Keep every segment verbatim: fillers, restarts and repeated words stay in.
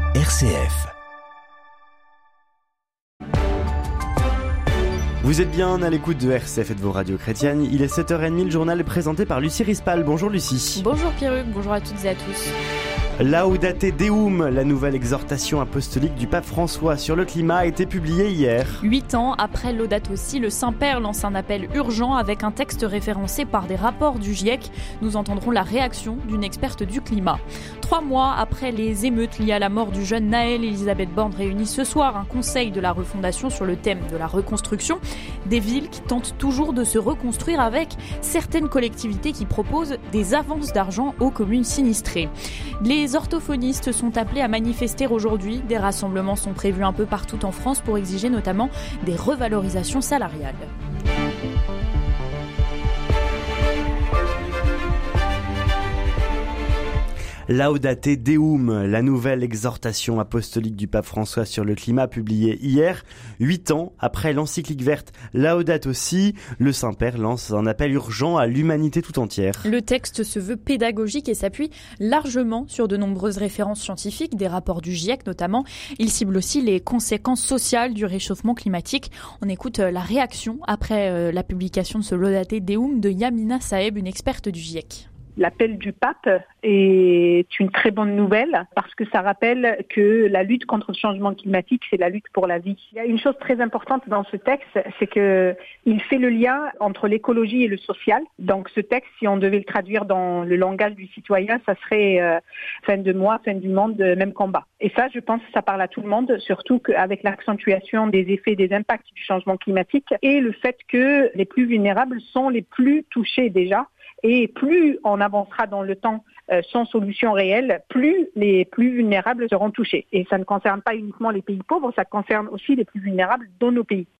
R C F. Vous êtes bien à l'écoute de R C F et de vos radios chrétiennes. Il est sept heures trente, le journal est présenté par Lucie Rispal. Bonjour Lucie. Bonjour Pierruc, bonjour à toutes et à tous. Laudate Deum, la nouvelle exhortation apostolique du pape François sur le climat, a été publiée hier. Huit ans après Laudato Si, le Saint-Père lance un appel urgent avec un texte référencé par des rapports du GIEC. Nous entendrons la réaction d'une experte du climat. Trois mois après les émeutes liées à la mort du jeune Naël, Elisabeth Borne réunit ce soir un conseil de la refondation sur le thème de la reconstruction. Des villes qui tentent toujours de se reconstruire avec certaines collectivités qui proposent des avances d'argent aux communes sinistrées. Les orthophonistes sont appelés à manifester aujourd'hui. Des rassemblements sont prévus un peu partout en France pour exiger notamment des revalorisations salariales. Laudate Deum, la nouvelle exhortation apostolique du pape François sur le climat, publiée hier. Huit ans après l'encyclique verte Laudato Si, le Saint-Père lance un appel urgent à l'humanité tout entière. Le texte se veut pédagogique et s'appuie largement sur de nombreuses références scientifiques, des rapports du GIEC notamment. Il cible aussi les conséquences sociales du réchauffement climatique. On écoute la réaction après la publication de ce Laudate Deum de Yamina Saeb, une experte du GIEC. L'appel du pape est une très bonne nouvelle parce que ça rappelle que la lutte contre le changement climatique, c'est la lutte pour la vie. Il y a une chose très importante dans ce texte, c'est que il fait le lien entre l'écologie et le social. Donc ce texte, si on devait le traduire dans le langage du citoyen, ça serait euh, fin de mois, fin du monde, même combat. Et ça, je pense que ça parle à tout le monde, surtout qu'avec l'accentuation des effets, des impacts du changement climatique et le fait que les plus vulnérables sont les plus touchés déjà. Et plus on avancera dans le temps euh, sans solution réelle, plus les plus vulnérables seront touchés. Et ça ne concerne pas uniquement les pays pauvres, ça concerne aussi les plus vulnérables dans nos pays.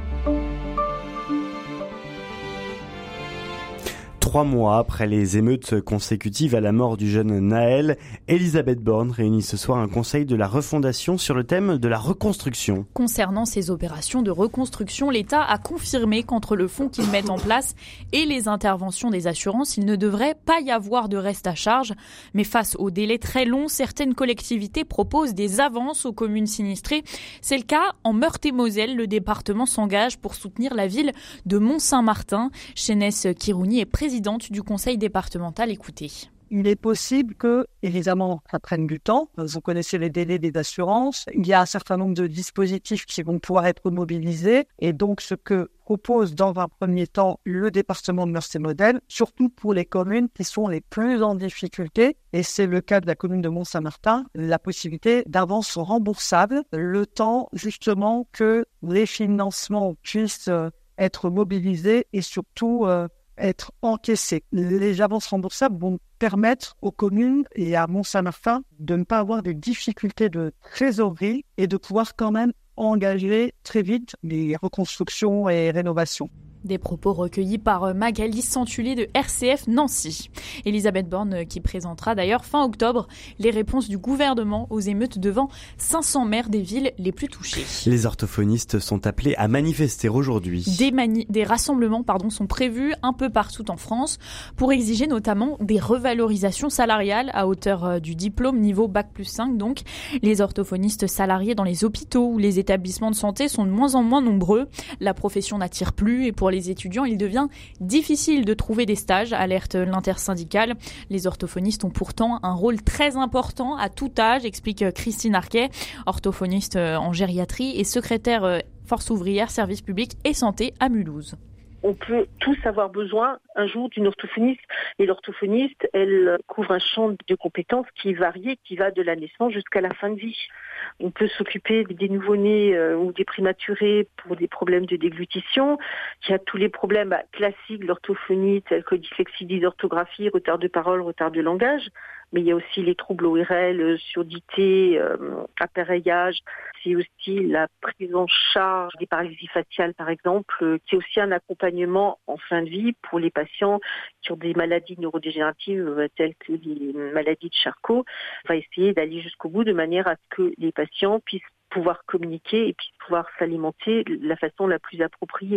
Trois mois après les émeutes consécutives à la mort du jeune Naël, Elisabeth Borne réunit ce soir un conseil de la refondation sur le thème de la reconstruction. Concernant ces opérations de reconstruction, l'État a confirmé qu'entre le fonds qu'ils mettent en place et les interventions des assurances, il ne devrait pas y avoir de reste à charge. Mais face aux délais très longs, certaines collectivités proposent des avances aux communes sinistrées. C'est le cas en Meurthe-et-Moselle. Le département s'engage pour soutenir la ville de Mont-Saint-Martin. Chénès Kirouni est présidente du conseil départemental. Écoutez. Il est possible que, évidemment, ça prenne du temps. Vous connaissez les délais des assurances. Il y a un certain nombre de dispositifs qui vont pouvoir être mobilisés. Et donc, ce que propose dans un premier temps le département de Meurthe-et-Moselle, surtout pour les communes qui sont les plus en difficulté, et c'est le cas de la commune de Mont-Saint-Martin, la possibilité d'avances remboursables, le temps justement que les financements puissent être mobilisés et surtout euh, être encaissés. Les avances remboursables vont permettre aux communes et à Mont-Saint-Martin de ne pas avoir de difficultés de trésorerie et de pouvoir quand même engager très vite les reconstructions et rénovations. Des propos recueillis par Magali Santulé de R C F Nancy. Elisabeth Borne qui présentera d'ailleurs fin octobre les réponses du gouvernement aux émeutes devant cinq cents maires des villes les plus touchées. Les orthophonistes sont appelés à manifester aujourd'hui. Des, mani- des rassemblements pardon, sont prévus un peu partout en France pour exiger notamment des revalorisations salariales à hauteur du diplôme niveau bac plus cinq. Donc, les orthophonistes salariés dans les hôpitaux ou les établissements de santé sont de moins en moins nombreux. La profession n'attire plus et pour les étudiants, il devient difficile de trouver des stages, alerte l'intersyndicale. Les orthophonistes ont pourtant un rôle très important à tout âge, explique Christine Arquet, orthophoniste en gériatrie et secrétaire Force ouvrière, service public et santé à Mulhouse. On peut tous avoir besoin un jour d'une orthophoniste. Et l'orthophoniste, elle couvre un champ de compétences qui est varié, qui va de la naissance jusqu'à la fin de vie. On peut s'occuper des nouveau-nés euh, ou des prématurés pour des problèmes de déglutition. Il y a tous les problèmes bah, classiques de l'orthophonie, tels que dyslexie, dysorthographie, retard de parole, retard de langage. Mais il y a aussi les troubles O R L, surdité, euh, appareillage. C'est aussi la prise en charge des paralysies faciales, par exemple, euh, qui est aussi un accompagnement en fin de vie pour les patients qui ont des maladies neurodégénératives euh, telles que les maladies de Charcot. On va essayer d'aller jusqu'au bout de manière à ce que les patients puissent pouvoir communiquer et puissent pouvoir s'alimenter de la façon la plus appropriée.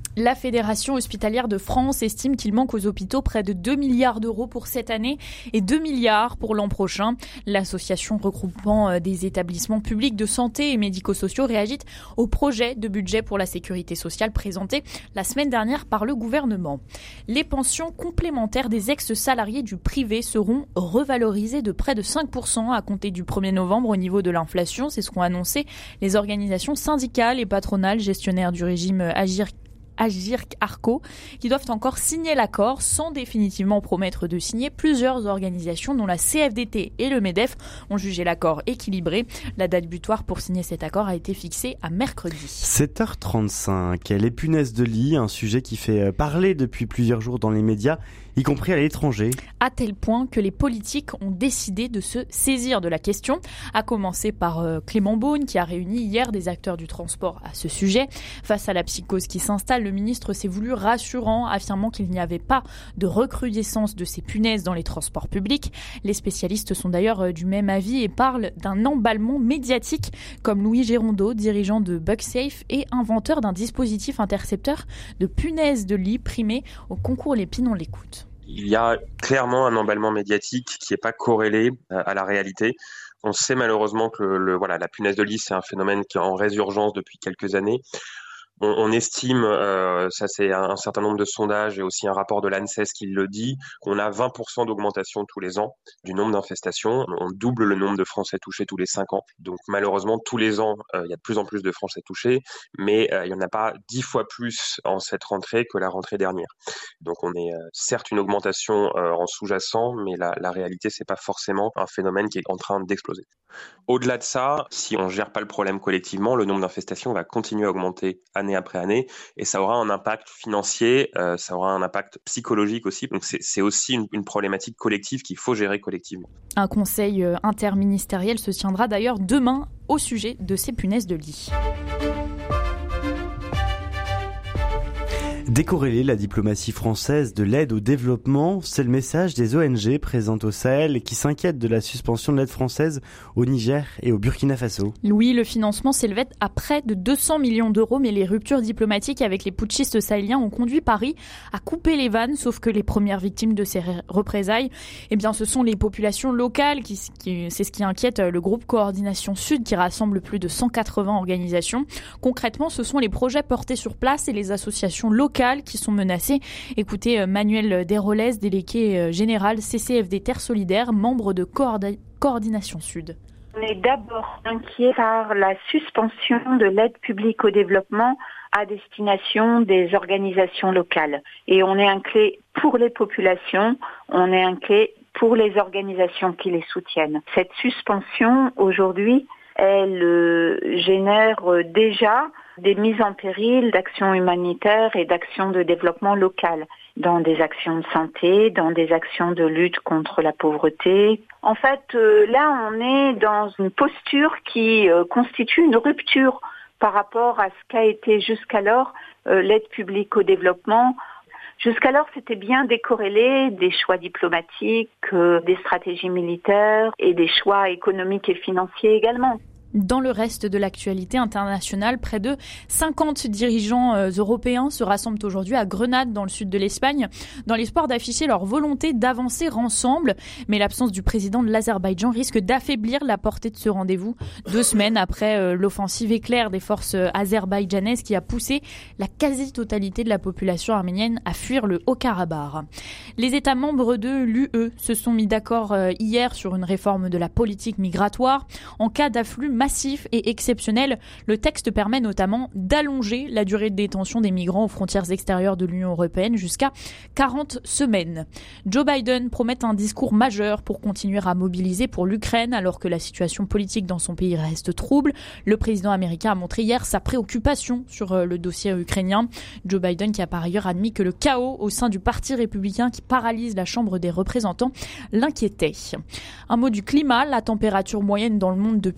La Fédération hospitalière de France estime qu'il manque aux hôpitaux près de deux milliards d'euros pour cette année et deux milliards pour l'an prochain. L'association regroupant des établissements publics de santé et médico-sociaux réagit au projet de budget pour la sécurité sociale présenté la semaine dernière par le gouvernement. Les pensions complémentaires des ex-salariés du privé seront revalorisées de près de cinq pour cent à compter du premier novembre au niveau de l'inflation. C'est ce qu'ont annoncé les organisations syndicales et patronales gestionnaires du régime Agir Agirc-Arrco, qui doivent encore signer l'accord sans définitivement promettre de signer. Plusieurs organisations, dont la C F D T et le MEDEF, ont jugé l'accord équilibré. La date butoir pour signer cet accord a été fixée à mercredi. sept heures trente-cinq. Les punaises de lit, un sujet qui fait parler depuis plusieurs jours dans les médias, y compris à l'étranger. À tel point que les politiques ont décidé de se saisir de la question, à commencer par euh, Clément Beaune, qui a réuni hier des acteurs du transport à ce sujet. Face à la psychose qui s'installe, le ministre s'est voulu rassurant, affirmant qu'il n'y avait pas de recrudescence de ces punaises dans les transports publics. Les spécialistes sont d'ailleurs euh, du même avis et parlent d'un emballement médiatique, comme Louis Gérondeau, dirigeant de BugSafe et inventeur d'un dispositif intercepteur de punaises de lit primé au concours Lépine. On l'écoute. Il y a clairement un emballement médiatique qui n'est pas corrélé à la réalité. On sait malheureusement que le, le, voilà, la punaise de lit, c'est un phénomène qui est en résurgence depuis quelques années. On, on estime, euh, ça c'est un, un certain nombre de sondages et aussi un rapport de l'ANSES qui le dit, qu'on a vingt pour cent d'augmentation tous les ans du nombre d'infestations. On double le nombre de Français touchés tous les cinq ans. Donc malheureusement, tous les ans, euh, il y a de plus en plus de Français touchés, mais euh, il n'y en a pas dix fois plus en cette rentrée que la rentrée dernière. Donc on est euh, certes une augmentation euh, en sous-jacent, mais la, la réalité, c'est pas forcément un phénomène qui est en train d'exploser. Au-delà de ça, si on gère pas le problème collectivement, le nombre d'infestations va continuer à augmenter année après année et ça aura un impact financier, euh, ça aura un impact psychologique aussi. Donc c'est, c'est aussi une, une problématique collective qu'il faut gérer collectivement. Un conseil interministériel se tiendra d'ailleurs demain au sujet de ces punaises de lit. Décorréler la diplomatie française de l'aide au développement, c'est le message des O N G présentes au Sahel et qui s'inquiètent de la suspension de l'aide française au Niger et au Burkina Faso. Oui, le financement s'élevait à près de deux cents millions d'euros, mais les ruptures diplomatiques avec les putschistes sahéliens ont conduit Paris à couper les vannes, sauf que les premières victimes de ces représailles, eh bien, ce sont les populations locales, qui, qui, c'est ce qui inquiète le groupe Coordination Sud qui rassemble plus de cent quatre-vingts organisations. Concrètement, ce sont les projets portés sur place et les associations locales qui sont menacés. Écoutez Manuel Desrolles, délégué général C C F D Terre Solidaire, membre de Coordi- Coordination Sud. On est d'abord inquiet par la suspension de l'aide publique au développement à destination des organisations locales. Et on est inquiet pour les populations, on est inquiet pour les organisations qui les soutiennent. Cette suspension, aujourd'hui, elle euh, génère euh, déjà des mises en péril d'actions humanitaires et d'actions de développement local, dans des actions de santé, dans des actions de lutte contre la pauvreté. En fait, euh, là, on est dans une posture qui euh, constitue une rupture par rapport à ce qu'a été jusqu'alors euh, l'aide publique au développement. Jusqu'alors, c'était bien décorrélé des choix diplomatiques, euh, des stratégies militaires et des choix économiques et financiers également. Dans le reste de l'actualité internationale, près de cinquante dirigeants euh, européens se rassemblent aujourd'hui à Grenade, dans le sud de l'Espagne, dans l'espoir d'afficher leur volonté d'avancer ensemble. Mais l'absence du président de l'Azerbaïdjan risque d'affaiblir la portée de ce rendez-vous, deux semaines après euh, l'offensive éclair des forces euh, azerbaïdjanaises qui a poussé la quasi-totalité de la population arménienne à fuir le Haut-Karabakh. Les États membres de l'U E se sont mis d'accord euh, hier sur une réforme de la politique migratoire. En cas d'afflux massif et exceptionnel, le texte permet notamment d'allonger la durée de détention des migrants aux frontières extérieures de l'Union européenne jusqu'à quarante semaines. Joe Biden promet un discours majeur pour continuer à mobiliser pour l'Ukraine alors que la situation politique dans son pays reste trouble. Le président américain a montré hier sa préoccupation sur le dossier ukrainien. Joe Biden qui a par ailleurs admis que le chaos au sein du Parti républicain qui paralyse la Chambre des représentants l'inquiétait. Un mot du climat, la température moyenne dans le monde depuis janvier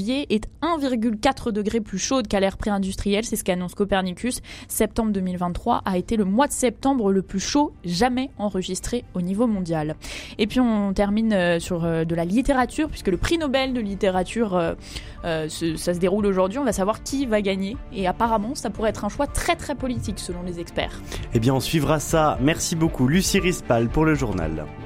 janvier est un virgule quatre degré plus chaude qu'à l'ère pré-industrielle, c'est ce qu'annonce Copernicus. Septembre deux mille vingt-trois a été le mois de septembre le plus chaud jamais enregistré au niveau mondial. Et puis on termine sur de la littérature, puisque le prix Nobel de littérature, euh, euh, ça se déroule aujourd'hui. On va savoir qui va gagner. Et apparemment, ça pourrait être un choix très très politique selon les experts. Eh bien, on suivra ça. Merci beaucoup Lucie Rispal pour le journal.